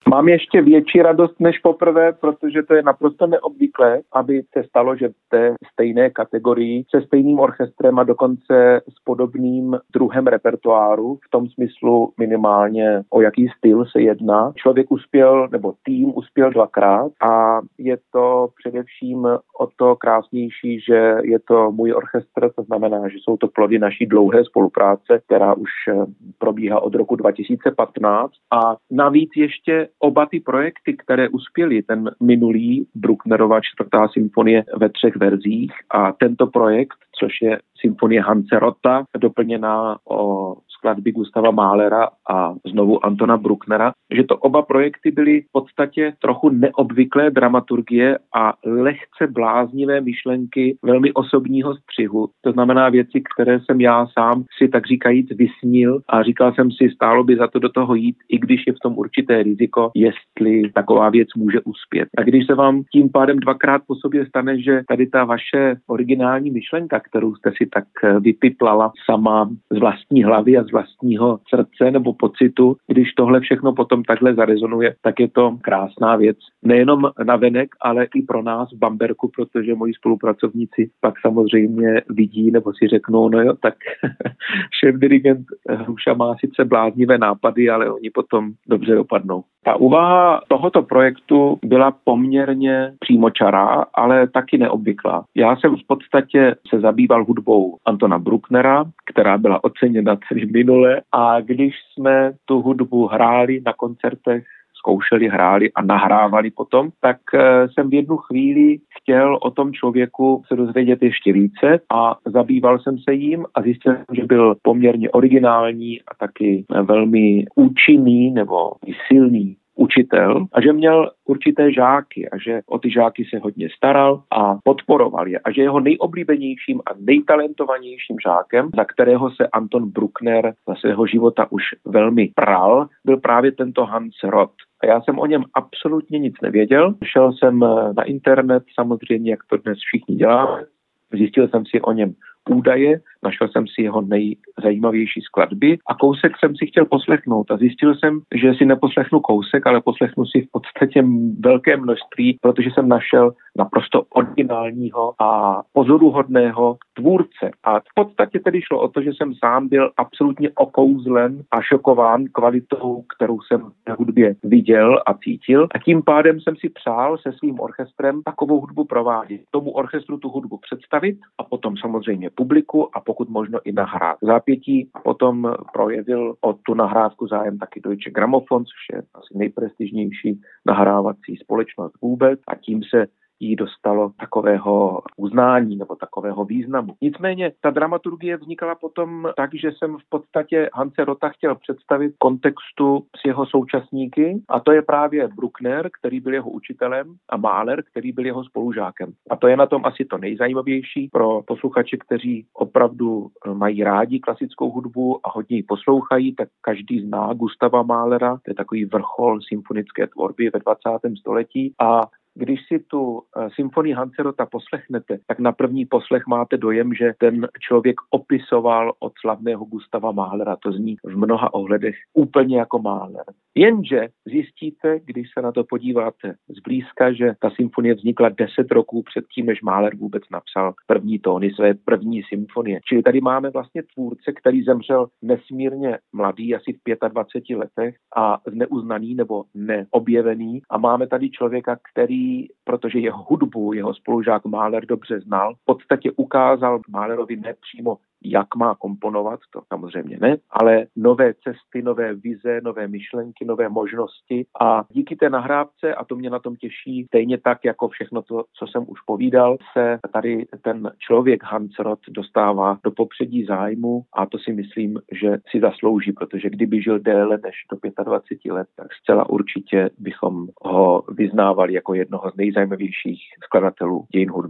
Mám ještě větší radost než poprvé, protože to je naprosto neobvyklé, aby se stalo, že v té stejné kategorii se stejným orchestrem a dokonce s podobným druhem repertoáru, v tom smyslu minimálně o jaký styl se jedná, člověk uspěl, nebo tým uspěl dvakrát a je to především o to krásnější, že je to můj orchestr, to znamená, že jsou to plody naší dlouhé spolupráce, která už probíhá od roku 2015 a navíc ještě oba ty projekty, které uspěly, ten minulý Brucknerova 4. symfonie ve 3 verzích a tento projekt, což je symfonie Hanse Rotta, doplněná o skladby Gustava Mahlera a znovu Antona Brucknera, že to oba projekty byly v podstatě trochu neobvyklé dramaturgie a lehce bláznivé myšlenky velmi osobního střihu. To znamená věci, které jsem já sám si tak říkajíc vysnil a říkal jsem si, stálo by za to do toho jít, i když je v tom určité riziko, jestli taková věc může uspět. A když se vám tím pádem dvakrát po sobě stane, že tady ta vaše originální myšlenka, kterou jste si tak vypiplala sama z vlastní hlavy a z vlastního srdce nebo pocitu, když tohle všechno potom takhle zarezonuje, tak je to krásná věc. Nejenom navenek, ale i pro nás v Bamberku, protože moji spolupracovníci pak samozřejmě vidí nebo si řeknou, no jo, tak šéf-dirigent Hruša má sice bláznivé nápady, ale oni potom dobře dopadnou. Ta úvaha tohoto projektu byla poměrně přímočará, ale taky neobvyklá. Já jsem v podstatě se zabýval hudbou Antona Brucknera, která byla oceněna celý minule a když jsme tu hudbu hráli na koncertech, zkoušeli, hráli a nahrávali potom, tak jsem v jednu chvíli chtěl o tom člověku se dozvědět ještě více a zabýval jsem se jím a zjistil jsem, že byl poměrně originální a taky velmi účinný nebo silný učitel a že měl určité žáky a že o ty žáky se hodně staral a podporoval je a že jeho nejoblíbenějším a nejtalentovanějším žákem, za kterého se Anton Bruckner za svého života už velmi pral, byl právě tento Hans Roth. A já jsem o něm absolutně nic nevěděl. Šel jsem na internet, samozřejmě, jak to dnes všichni děláme. Zjistil jsem si o něm údaje, našel jsem si jeho nejzajímavější skladby a kousek jsem si chtěl poslechnout a zjistil jsem, že si neposlechnu kousek, ale poslechnu si v podstatě velké množství, protože jsem našel naprosto originálního a pozoruhodného tvůrce. A v podstatě tedy šlo o to, že jsem sám byl absolutně okouzlen a šokován kvalitou, kterou jsem v hudbě viděl a cítil. A tím pádem jsem si přál se svým orchestrem takovou hudbu provádět. Tomu orchestru tu hudbu představit a potom samozřejmě publiku a pokud možno i nahrát zápětí. A potom projevil o tu nahrávku zájem taky Deutsche Grammophon, což je asi nejprestižnější nahrávací společnost vůbec a tím se jí dostalo takového uznání nebo takového významu. Nicméně ta dramaturgie vznikala potom tak, že jsem v podstatě Hanse Rotha chtěl představit v kontextu s jeho současníky a to je právě Bruckner, který byl jeho učitelem a Mahler, který byl jeho spolužákem. A to je na tom asi to nejzajímavější pro posluchače, kteří opravdu mají rádi klasickou hudbu a hodně ji poslouchají, tak každý zná Gustava Mahlera, to je takový vrchol symfonické tvorby ve 20. století a když si tu symfonii Hanse Rotha poslechnete, tak na první poslech máte dojem, že ten člověk opisoval od slavného Gustava Mahlera. To zní v mnoha ohledech úplně jako Mahler. Jenže zjistíte, když se na to podíváte zblízka, že ta symfonie vznikla 10 roků předtím, než Mahler vůbec napsal první tóny své první symfonie. Čili tady máme vlastně tvůrce, který zemřel nesmírně mladý, asi v 25 letech a neuznaný nebo neobjevený. A máme tady člověka, který, protože jeho hudbu, jeho spolužák Mahler dobře znal, v podstatě ukázal Mahlerovi nepřímo, jak má komponovat, to samozřejmě ne, ale nové cesty, nové vize, nové myšlenky, nové možnosti a díky té nahrávce, a to mě na tom těší, stejně tak jako všechno to, co jsem už povídal, se tady ten člověk Hans Roth dostává do popředí zájmu a to si myslím, že si zaslouží, protože kdyby žil déle než do 25 let, tak zcela určitě bychom ho vyznávali jako jednoho z nejzajímavějších skladatelů dějin hudby.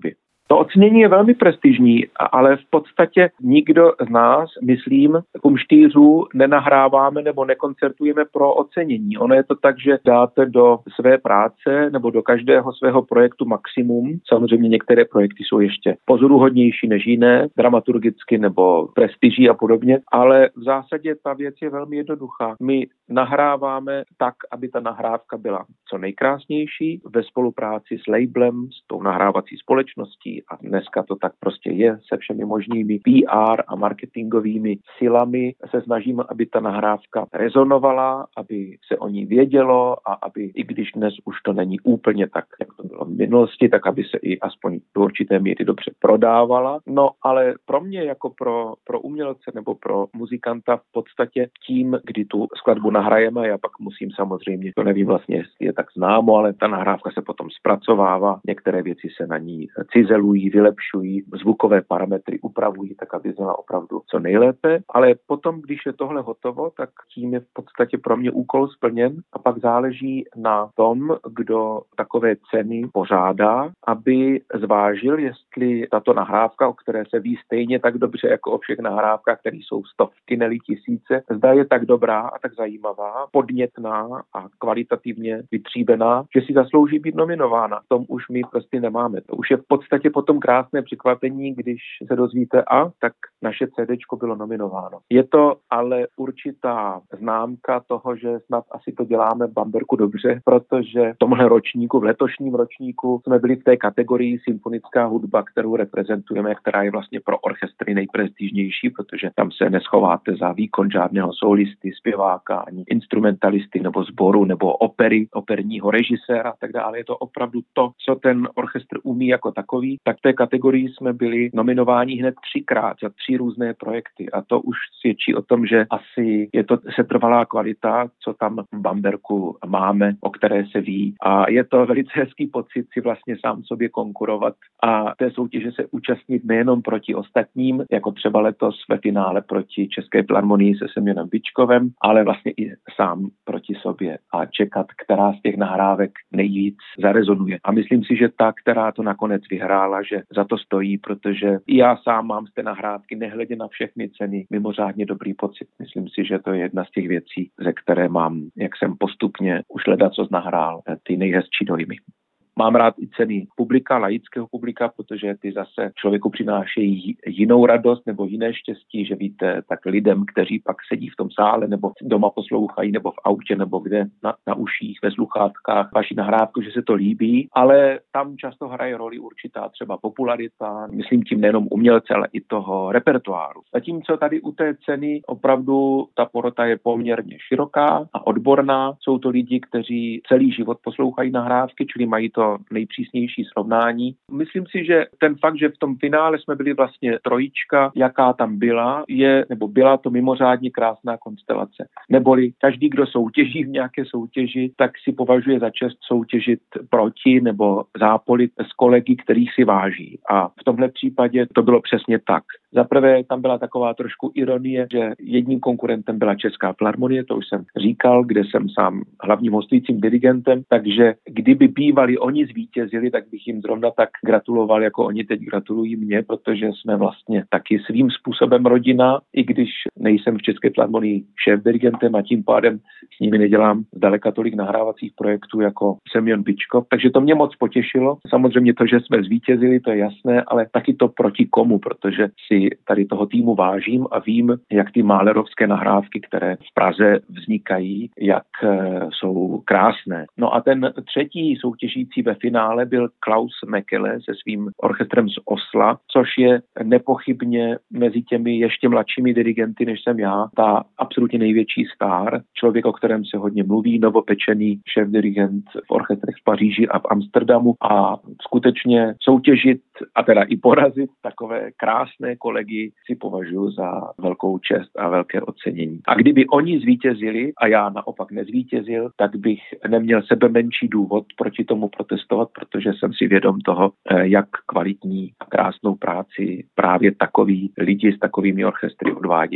To ocenění je velmi prestižní, ale v podstatě nikdo z nás, myslím, kumštýřů nenahráváme nebo nekoncertujeme pro ocenění. Ono je to tak, že dáte do své práce nebo do každého svého projektu maximum. Samozřejmě některé projekty jsou ještě pozoruhodnější než jiné, dramaturgicky nebo prestiží a podobně, ale v zásadě ta věc je velmi jednoduchá. My nahráváme tak, aby ta nahrávka byla co nejkrásnější ve spolupráci s labelem, s tou nahrávací společností a dneska to tak prostě je se všemi možnými PR a marketingovými silami. Se snažíme, aby ta nahrávka rezonovala, aby se o ní vědělo a aby, i když dnes už to není úplně tak, jak to bylo v minulosti, tak aby se i aspoň do určité míry dobře prodávala. No ale pro mě jako pro umělce nebo pro muzikanta v podstatě tím, kdy tu skladbu nahrajeme, já pak musím samozřejmě, to nevím vlastně, jestli je tak známo, ale ta nahrávka se potom zpracovává, některé věci se na ní cizelují, vylepšují, zvukové parametry upravují, tak aby zněla opravdu co nejlépe, ale potom, když je tohle hotovo, tak tím je v podstatě pro mě úkol splněn a pak záleží na tom, kdo takové ceny pořádá, aby zvážil, jestli tato nahrávka, o které se ví stejně tak dobře jako o všech nahrávkách, které jsou stovky, ne-li tisíce, zda je tak dobrá a tak zajímavá, podnětná a kvalitativně vytříbená, že si zaslouží být nominována. V tom už my prostě nemáme. To už je v podstatě potom krásné překvapení, když se dozvíte, tak naše CDčko bylo nominováno. Je to ale určitá známka toho, že snad asi to děláme v Bamberku dobře, protože v tomhle ročníku, v letošním ročníku jsme byli v té kategorii symfonická hudba, kterou reprezentujeme, která je vlastně pro orchestry nejprestižnější, protože tam se neschováte za výkon žádného solisty, zpěváka, ani instrumentalisty nebo sboru nebo opery, operního režiséra a tak dále. Je to opravdu to, co ten orchestr umí jako takový. Tak v té kategorii jsme byli nominováni hned 3krát za 3 různé projekty a to už svědčí o tom, že asi je to setrvalá kvalita, co tam v Bamberku máme, o které se ví a je to velice hezký pocit si vlastně sám sobě konkurovat a té soutěže se účastnit nejenom proti ostatním, jako třeba letos ve finále proti České filharmonii se Semjonem Bičkovem, ale vlastně i sám proti sobě a čekat, která z těch nahrávek nejvíc zarezonuje. A myslím si, že ta, která to nakonec vyhrála, že za to stojí, protože i já sám mám z té nahrávky, nehledě na všechny ceny, mimořádně dobrý pocit. Myslím si, že to je jedna z těch věcí, ze které mám, jak jsem postupně už ledacos nahrál, ty nejhezčí dojmy. Mám rád i ceny publika, laického publika, protože ty zase člověku přinášejí jinou radost nebo jiné štěstí, že víte, tak lidem, kteří pak sedí v tom sále nebo doma poslouchají nebo v autě nebo kde na uších, ve sluchátkách vaši nahrávku, že se to líbí, ale tam často hraje roli určitá třeba popularita, myslím tím nejenom umělce, ale i toho repertoáru. Zatímco tady u té ceny opravdu ta porota je poměrně široká a odborná. Jsou to lidi, kteří celý život poslouchají nahrávky, čili mají to nejpřísnější srovnání. Myslím si, že ten fakt, že v tom finále jsme byli vlastně trojička, jaká tam byla, byla to mimořádně krásná konstelace. Neboli každý, kdo soutěží v nějaké soutěži, tak si považuje za čest soutěžit proti nebo zápolit s kolegy, kterých si váží. A v tomhle případě to bylo přesně tak. Za prvé tam byla taková trošku ironie, že jedním konkurentem byla Česká filharmonie, to už jsem říkal, kde jsem sám hlavním hostujícím dirigentem, takže kdyby bývali oni zvítězili, tak bych jim zrovna tak gratuloval, jako oni teď gratulují mě, protože jsme vlastně taky svým způsobem rodina, i když nejsem v České filharmonii šéf-dirigentem a tím pádem s nimi nedělám zdaleka tolik nahrávacích projektů jako Semjon Bičkov, takže to mě moc potěšilo. Samozřejmě to, že jsme zvítězili, to je jasné, ale taky to proti komu, protože si tady toho týmu vážím a vím, jak ty málerovské nahrávky, které v Praze vznikají, jak jsou krásné. No a ten třetí soutěžící ve finále byl Klaus Mekele se svým orchestrem z Osla, což je nepochybně mezi těmi ještě mladšími dirigenty, než jsem já, ta absolutně největší star, člověk, o kterém se hodně mluví, novopečený šéf-dirigent v orchestrech v Paříži a v Amsterdamu a skutečně soutěžit a teda i porazit takové krásné kolegy si považuji za velkou čest a velké ocenění. A kdyby oni zvítězili a já naopak nezvítězil, tak bych neměl sebe menší důvod proti tomu protestovat, protože jsem si vědom toho, jak kvalitní a krásnou práci právě takoví lidi s takovými orchestry odvádějí.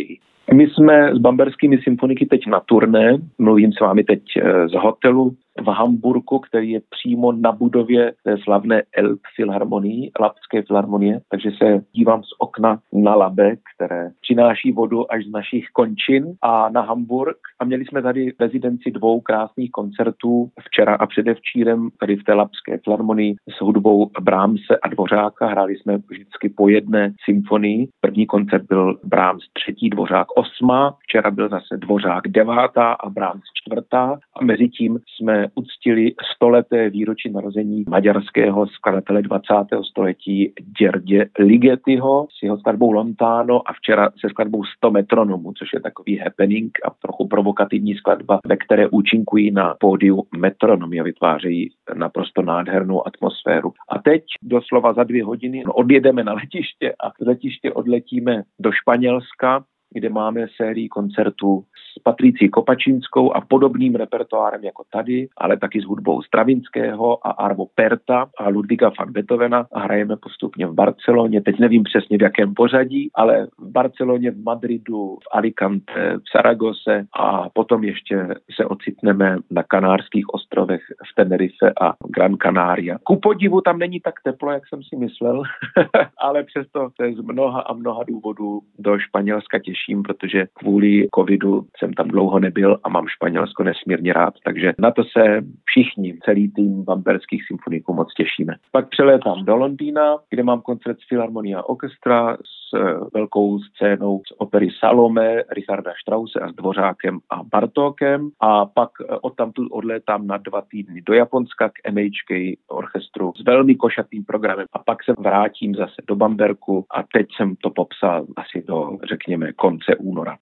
My jsme s bamberskými symfoniky teď na turné. Mluvím s vámi teď z hotelu v Hamburku, který je přímo na budově té slavné Elbphilharmonie, Labské filharmonie, takže se dívám z okna na Labe, které přináší vodu až z našich končin a na Hamburg. A měli jsme tady rezidenci 2 krásných koncertů včera a předevčírem tady v té Labské filharmonii s hudbou Brahmse a Dvořáka. Hráli jsme vždycky po jedné symfonii. První koncert byl Brahms 3., Dvořák 8., včera byl zase Dvořák 9. a Brahms 4. a mezi tím jsme uctili 100leté výročí narození maďarského skladatele 20. století György Ligetiho s jeho skladbou Lontano a včera se skladbou 100 metronomů, což je takový happening a trochu provokativní skladba, ve které účinkují na pódiu metronomy a vytvářejí naprosto nádhernou atmosféru. A teď doslova za 2 hodiny odjedeme na letiště a z letiště odletíme do Španělska, kde máme sérii koncertů s Patricí Kopačinskou a podobným repertoárem jako tady, ale taky s hudbou Stravinského a Arvo Pärta a Ludwiga van Beethovena a hrajeme postupně v Barceloně. Teď nevím přesně v jakém pořadí, ale v Barceloně, v Madridu, v Alicante, v Saragose a potom ještě se ocitneme na Kanárských ostrovech v Tenerife a Gran Canaria. Ku podivu tam není tak teplo, jak jsem si myslel, ale přesto se z mnoha a mnoha důvodů do Španělska těším, protože kvůli covidu jsem tam dlouho nebyl a mám Španělsko nesmírně rád, takže na to se všichni, celý tým bamberských symfoniků moc těšíme. Pak přelétám do Londýna, kde mám koncert s Philharmonia Orchestra s velkou scénou z opery Salome, Richarda Strause a s Dvořákem a Bartókem a pak odtamtud odlétám na 2 týdny do Japonska k NHK orchestru s velmi košatým programem a pak se vrátím zase do Bamberku a teď jsem to popsal asi do, řekněme, konce února.